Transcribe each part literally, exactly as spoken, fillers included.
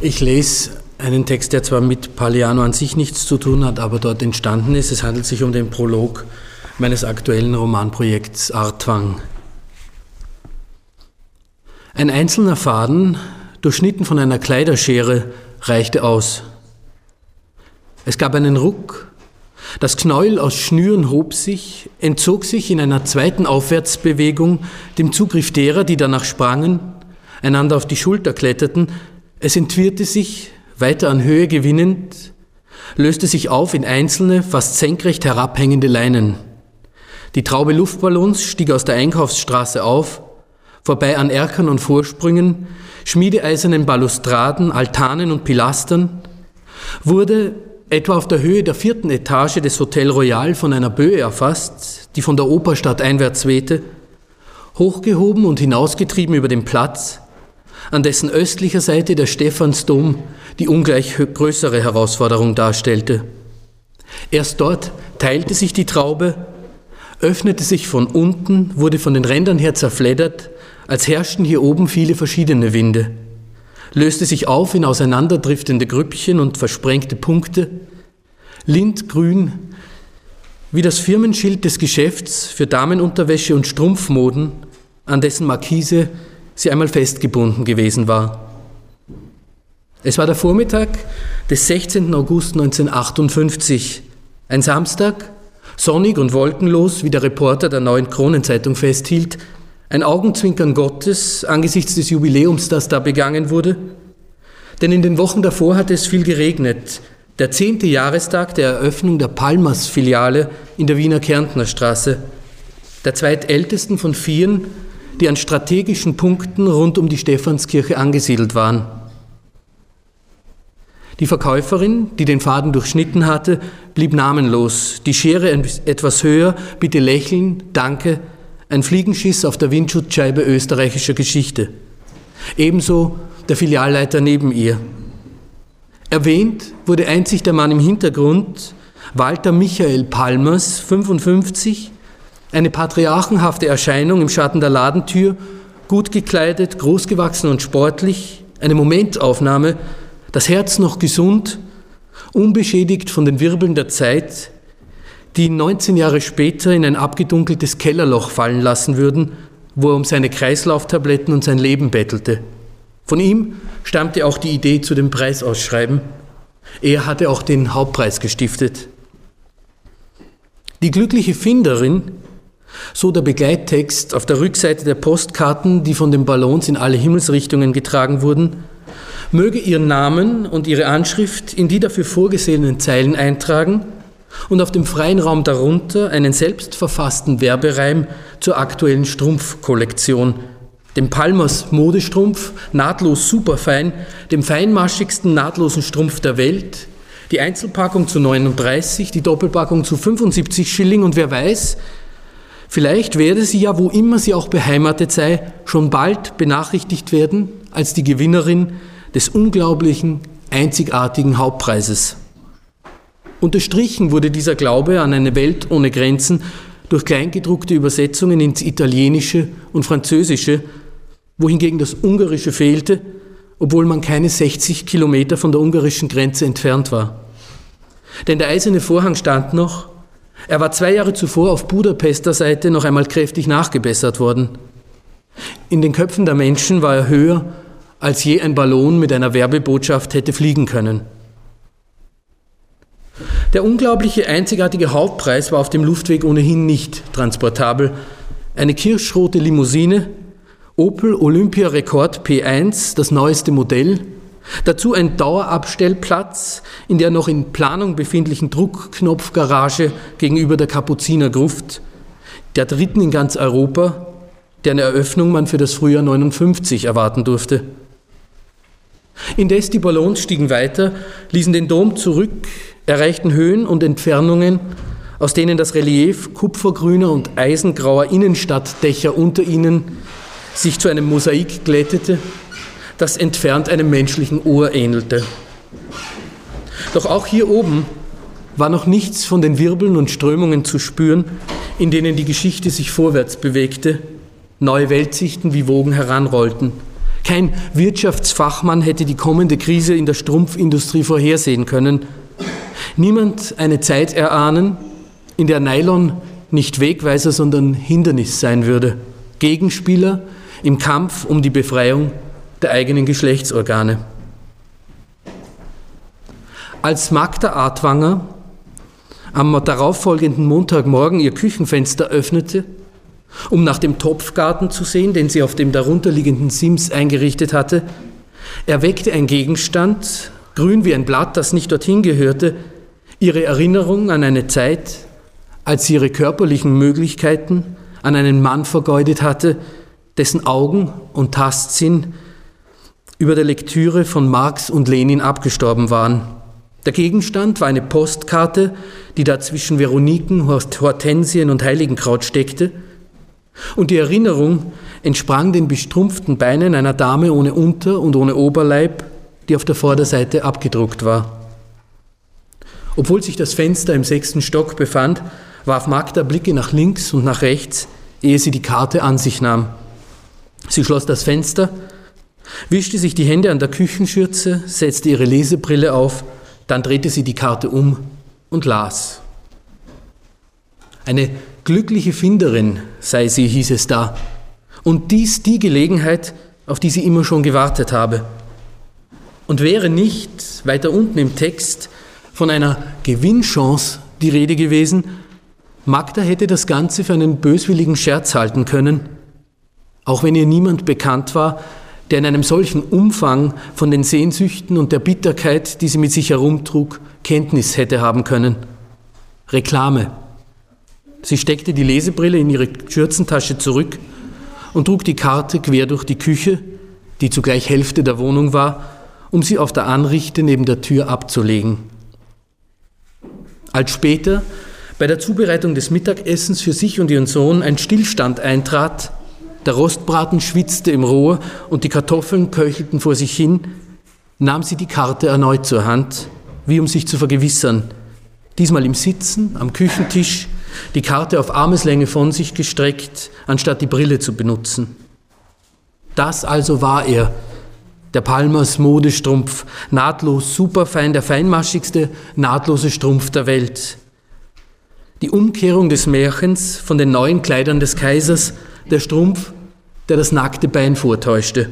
Ich lese einen Text, der zwar mit Palliano an sich nichts zu tun hat, aber dort entstanden ist. Es handelt sich um den Prolog meines aktuellen Romanprojekts Artwang. Ein einzelner Faden, durchschnitten von einer Kleiderschere, reichte aus. Es gab einen Ruck, das Knäuel aus Schnüren hob sich, entzog sich in einer zweiten Aufwärtsbewegung dem Zugriff derer, die danach sprangen, einander auf die Schulter kletterten. Es entwirrte sich, weiter an Höhe gewinnend, löste sich auf in einzelne, fast senkrecht herabhängende Leinen. Die Traube Luftballons stieg aus der Einkaufsstraße auf, vorbei an Erkern und Vorsprüngen, schmiedeeisernen Balustraden, Altanen und Pilastern, wurde etwa auf der Höhe der vierten Etage des Hotel Royal von einer Böe erfasst, die von der Operstadt einwärts wehte, hochgehoben und hinausgetrieben über den Platz, an dessen östlicher Seite der Stephansdom die ungleich größere Herausforderung darstellte. Erst dort teilte sich die Traube, öffnete sich von unten, wurde von den Rändern her zerfleddert, als herrschten hier oben viele verschiedene Winde, löste sich auf in auseinanderdriftende Grüppchen und versprengte Punkte, lindgrün wie das Firmenschild des Geschäfts für Damenunterwäsche und Strumpfmoden, an dessen Markise sie einmal festgebunden gewesen war. Es war der Vormittag des sechzehnten August neunzehnhundertachtundfünfzig, ein Samstag, sonnig und wolkenlos, wie der Reporter der Neuen Kronenzeitung festhielt, ein Augenzwinkern Gottes angesichts des Jubiläums, das da begangen wurde. Denn in den Wochen davor hatte es viel geregnet. Der zehnte Jahrestag der Eröffnung der Palmas-Filiale in der Wiener Kärntner Straße, der zweitältesten von vieren, die an strategischen Punkten rund um die Stephanskirche angesiedelt waren. Die Verkäuferin, die den Faden durchschnitten hatte, blieb namenlos. Die Schere etwas höher, bitte lächeln, danke, ein Fliegenschiss auf der Windschutzscheibe österreichischer Geschichte. Ebenso der Filialleiter neben ihr. Erwähnt wurde einzig der Mann im Hintergrund, Walter Michael Palmas, fünfundfünfzig, eine patriarchenhafte Erscheinung im Schatten der Ladentür, gut gekleidet, großgewachsen und sportlich, eine Momentaufnahme, das Herz noch gesund, unbeschädigt von den Wirbeln der Zeit, die ihn neunzehn Jahre später in ein abgedunkeltes Kellerloch fallen lassen würden, wo er um seine Kreislauftabletten und sein Leben bettelte. Von ihm stammte auch die Idee zu dem Preisausschreiben. Er hatte auch den Hauptpreis gestiftet. Die glückliche Finderin, so der Begleittext auf der Rückseite der Postkarten, die von den Ballons in alle Himmelsrichtungen getragen wurden, möge ihren Namen und ihre Anschrift in die dafür vorgesehenen Zeilen eintragen und auf dem freien Raum darunter einen selbstverfassten Werbereim zur aktuellen Strumpfkollektion, dem Palmas Modestrumpf, nahtlos superfein, dem feinmaschigsten nahtlosen Strumpf der Welt, die Einzelpackung zu neununddreißig, die Doppelpackung zu fünfundsiebzig Schilling und wer weiß, vielleicht werde sie ja, wo immer sie auch beheimatet sei, schon bald benachrichtigt werden als die Gewinnerin des unglaublichen, einzigartigen Hauptpreises. Unterstrichen wurde dieser Glaube an eine Welt ohne Grenzen durch kleingedruckte Übersetzungen ins Italienische und Französische, wohingegen das Ungarische fehlte, obwohl man keine sechzig Kilometer von der ungarischen Grenze entfernt war. Denn der eiserne Vorhang stand noch, er war zwei Jahre zuvor auf Budapester Seite noch einmal kräftig nachgebessert worden. In den Köpfen der Menschen war er höher, als je ein Ballon mit einer Werbebotschaft hätte fliegen können. Der unglaubliche, einzigartige Hauptpreis war auf dem Luftweg ohnehin nicht transportabel. Eine kirschrote Limousine, Opel Olympia Rekord P eins, das neueste Modell, dazu ein Dauerabstellplatz in der noch in Planung befindlichen Druckknopfgarage gegenüber der Kapuzinergruft, der dritten in ganz Europa, deren Eröffnung man für das Frühjahr neunundfünfzig erwarten durfte. Indes die Ballons stiegen weiter, ließen den Dom zurück, erreichten Höhen und Entfernungen, aus denen das Relief kupfergrüner und eisengrauer Innenstadtdächer unter ihnen sich zu einem Mosaik glättete, das entfernt einem menschlichen Ohr ähnelte. Doch auch hier oben war noch nichts von den Wirbeln und Strömungen zu spüren, in denen die Geschichte sich vorwärts bewegte, neue Weltsichten wie Wogen heranrollten, Kein Wirtschaftsfachmann hätte die kommende Krise in der Strumpfindustrie vorhersehen können. Niemand eine Zeit erahnen, in der Nylon nicht Wegweiser, sondern Hindernis sein würde. Gegenspieler im Kampf um die Befreiung der eigenen Geschlechtsorgane. Als Magda Artwanger am darauffolgenden Montagmorgen ihr Küchenfenster öffnete, um nach dem Topfgarten zu sehen, den sie auf dem darunterliegenden Sims eingerichtet hatte, erweckte ein Gegenstand, grün wie ein Blatt, das nicht dorthin gehörte, ihre Erinnerung an eine Zeit, als sie ihre körperlichen Möglichkeiten an einen Mann vergeudet hatte, dessen Augen und Tastsinn über der Lektüre von Marx und Lenin abgestorben waren. Der Gegenstand war eine Postkarte, die da zwischen Veroniken, Hortensien und Heiligenkraut steckte, und die Erinnerung entsprang den bestrumpften Beinen einer Dame ohne Unter- und ohne Oberleib, die auf der Vorderseite abgedruckt war. Obwohl sich das Fenster im sechsten Stock befand, warf Magda Blicke nach links und nach rechts, ehe sie die Karte an sich nahm. Sie schloss das Fenster, wischte sich die Hände an der Küchenschürze, setzte ihre Lesebrille auf, dann drehte sie die Karte um und las. Eine glückliche Finderin sei sie, hieß es da, und dies die Gelegenheit, auf die sie immer schon gewartet habe. Und wäre nicht weiter unten im Text von einer Gewinnchance die Rede gewesen, Magda hätte das Ganze für einen böswilligen Scherz halten können, auch wenn ihr niemand bekannt war, der in einem solchen Umfang von den Sehnsüchten und der Bitterkeit, die sie mit sich herumtrug, Kenntnis hätte haben können. Reklame. Sie steckte die Lesebrille in ihre Schürzentasche zurück und trug die Karte quer durch die Küche, die zugleich Hälfte der Wohnung war, um sie auf der Anrichte neben der Tür abzulegen. Als später bei der Zubereitung des Mittagessens für sich und ihren Sohn ein Stillstand eintrat, der Rostbraten schwitzte im Rohr und die Kartoffeln köchelten vor sich hin, nahm sie die Karte erneut zur Hand, wie um sich zu vergewissern. Diesmal im Sitzen, am Küchentisch, die Karte auf Armeslänge von sich gestreckt, anstatt die Brille zu benutzen. Das also war er, der Palmers Modestrumpf, nahtlos superfein, der feinmaschigste, nahtlose Strumpf der Welt. Die Umkehrung des Märchens von den neuen Kleidern des Kaisers, der Strumpf, der das nackte Bein vortäuschte.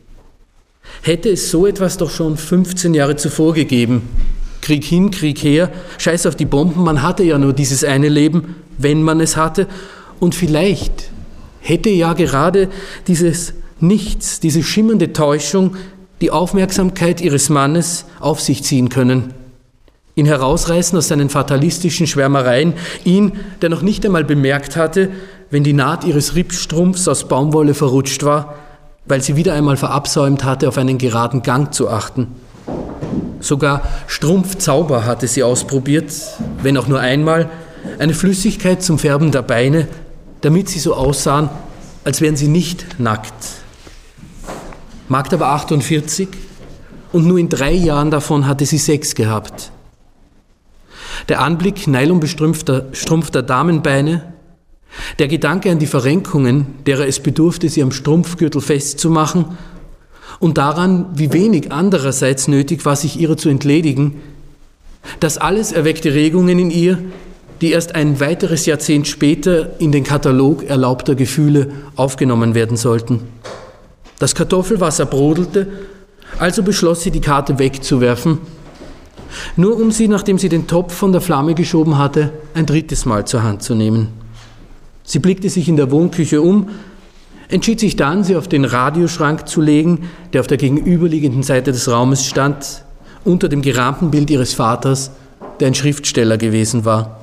Hätte es so etwas doch schon fünfzehn Jahre zuvor gegeben. Krieg hin, Krieg her, scheiß auf die Bomben, man hatte ja nur dieses eine Leben, wenn man es hatte. Und vielleicht hätte ja gerade dieses Nichts, diese schimmernde Täuschung, die Aufmerksamkeit ihres Mannes auf sich ziehen können. Ihn herausreißen aus seinen fatalistischen Schwärmereien, ihn, der noch nicht einmal bemerkt hatte, wenn die Naht ihres Rippstrumpfs aus Baumwolle verrutscht war, weil sie wieder einmal verabsäumt hatte, auf einen geraden Gang zu achten. Sogar Strumpfzauber hatte sie ausprobiert, wenn auch nur einmal, eine Flüssigkeit zum Färben der Beine, damit sie so aussahen, als wären sie nicht nackt. Magda war achtundvierzig und nur in drei Jahren davon hatte sie Sex gehabt. Der Anblick nylonbestrumpfter strumpfter Damenbeine, der Gedanke an die Verrenkungen, derer es bedurfte, sie am Strumpfgürtel festzumachen, und daran, wie wenig andererseits nötig war, sich ihrer zu entledigen, das alles erweckte Regungen in ihr, die erst ein weiteres Jahrzehnt später in den Katalog erlaubter Gefühle aufgenommen werden sollten. Das Kartoffelwasser brodelte, also beschloss sie, die Karte wegzuwerfen, nur um sie, nachdem sie den Topf von der Flamme geschoben hatte, ein drittes Mal zur Hand zu nehmen. Sie blickte sich in der Wohnküche um, entschied sich dann, sie auf den Radioschrank zu legen, der auf der gegenüberliegenden Seite des Raumes stand, unter dem gerahmten Bild ihres Vaters, der ein Schriftsteller gewesen war.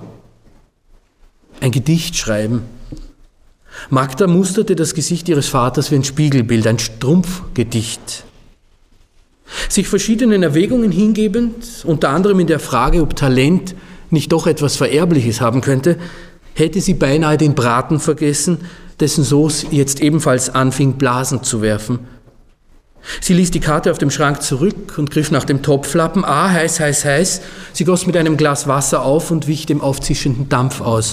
Ein Gedicht schreiben. Magda musterte das Gesicht ihres Vaters wie ein Spiegelbild, ein Strumpfgedicht. Sich verschiedenen Erwägungen hingebend, unter anderem in der Frage, ob Talent nicht doch etwas Vererbliches haben könnte, hätte sie beinahe den Braten vergessen, dessen Sauce jetzt ebenfalls anfing, Blasen zu werfen. Sie ließ die Karte auf dem Schrank zurück und griff nach dem Topflappen. Ah, heiß, heiß, heiß. Sie goss mit einem Glas Wasser auf und wich dem aufzischenden Dampf aus.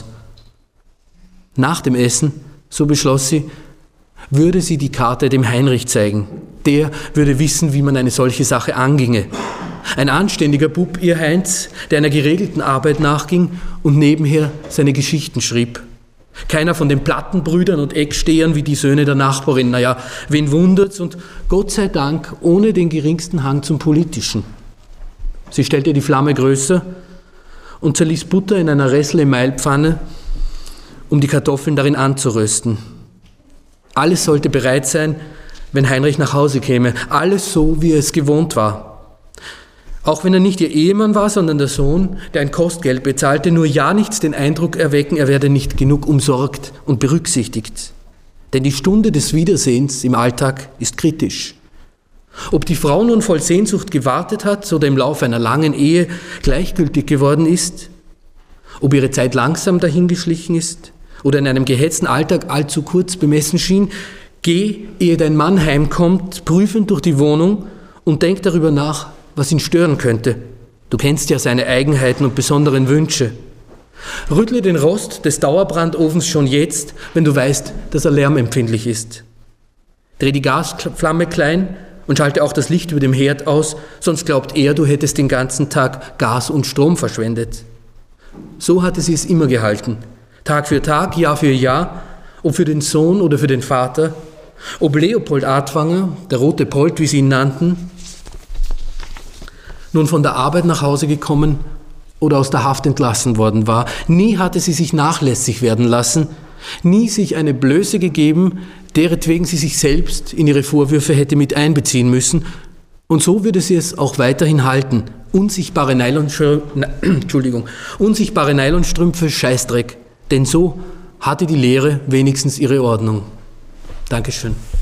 Nach dem Essen, so beschloss sie, würde sie die Karte dem Heinrich zeigen. der würde wissen, wie man eine solche Sache anginge. Ein anständiger Bub, ihr Heinz, der einer geregelten Arbeit nachging und nebenher seine Geschichten schrieb. Keiner von den Plattenbrüdern und Eckstehern wie die Söhne der Nachbarin. Naja, wen wundert's, und Gott sei Dank ohne den geringsten Hang zum Politischen. Sie stellte die Flamme größer und zerließ Butter in einer Ressel-Mailpfanne, um die Kartoffeln darin anzurösten. Alles sollte bereit sein, wenn Heinrich nach Hause käme. Alles so, wie er es gewohnt war. Auch wenn er nicht ihr Ehemann war, sondern der Sohn, der ein Kostgeld bezahlte, nur ja nichts den Eindruck erwecken, er werde nicht genug umsorgt und berücksichtigt. Denn die Stunde des Wiedersehens im Alltag ist kritisch. Ob die Frau nun voll Sehnsucht gewartet hat oder im Laufe einer langen Ehe gleichgültig geworden ist, ob ihre Zeit langsam dahingeschlichen ist oder in einem gehetzten Alltag allzu kurz bemessen schien, geh, ehe dein Mann heimkommt, prüfend durch die Wohnung und denk darüber nach, was ihn stören könnte. Du kennst ja seine Eigenheiten und besonderen Wünsche. Rüttle den Rost des Dauerbrandofens schon jetzt, wenn du weißt, dass er lärmempfindlich ist. Dreh die Gasflamme klein und schalte auch das Licht über dem Herd aus, sonst glaubt er, du hättest den ganzen Tag Gas und Strom verschwendet. So hatte sie es immer gehalten. Tag für Tag, Jahr für Jahr, ob für den Sohn oder für den Vater, ob Leopold Adwanger, der rote Pold, wie sie ihn nannten, nun von der Arbeit nach Hause gekommen oder aus der Haft entlassen worden war. Nie hatte sie sich nachlässig werden lassen, nie sich eine Blöße gegeben, deretwegen sie sich selbst in ihre Vorwürfe hätte mit einbeziehen müssen. Und so würde sie es auch weiterhin halten. Unsichtbare Nylonstrümpfe, Entschuldigung, unsichtbare Nylonstrümpfe, Scheißdreck. Denn so hatte die Lehre wenigstens ihre Ordnung. Dankeschön.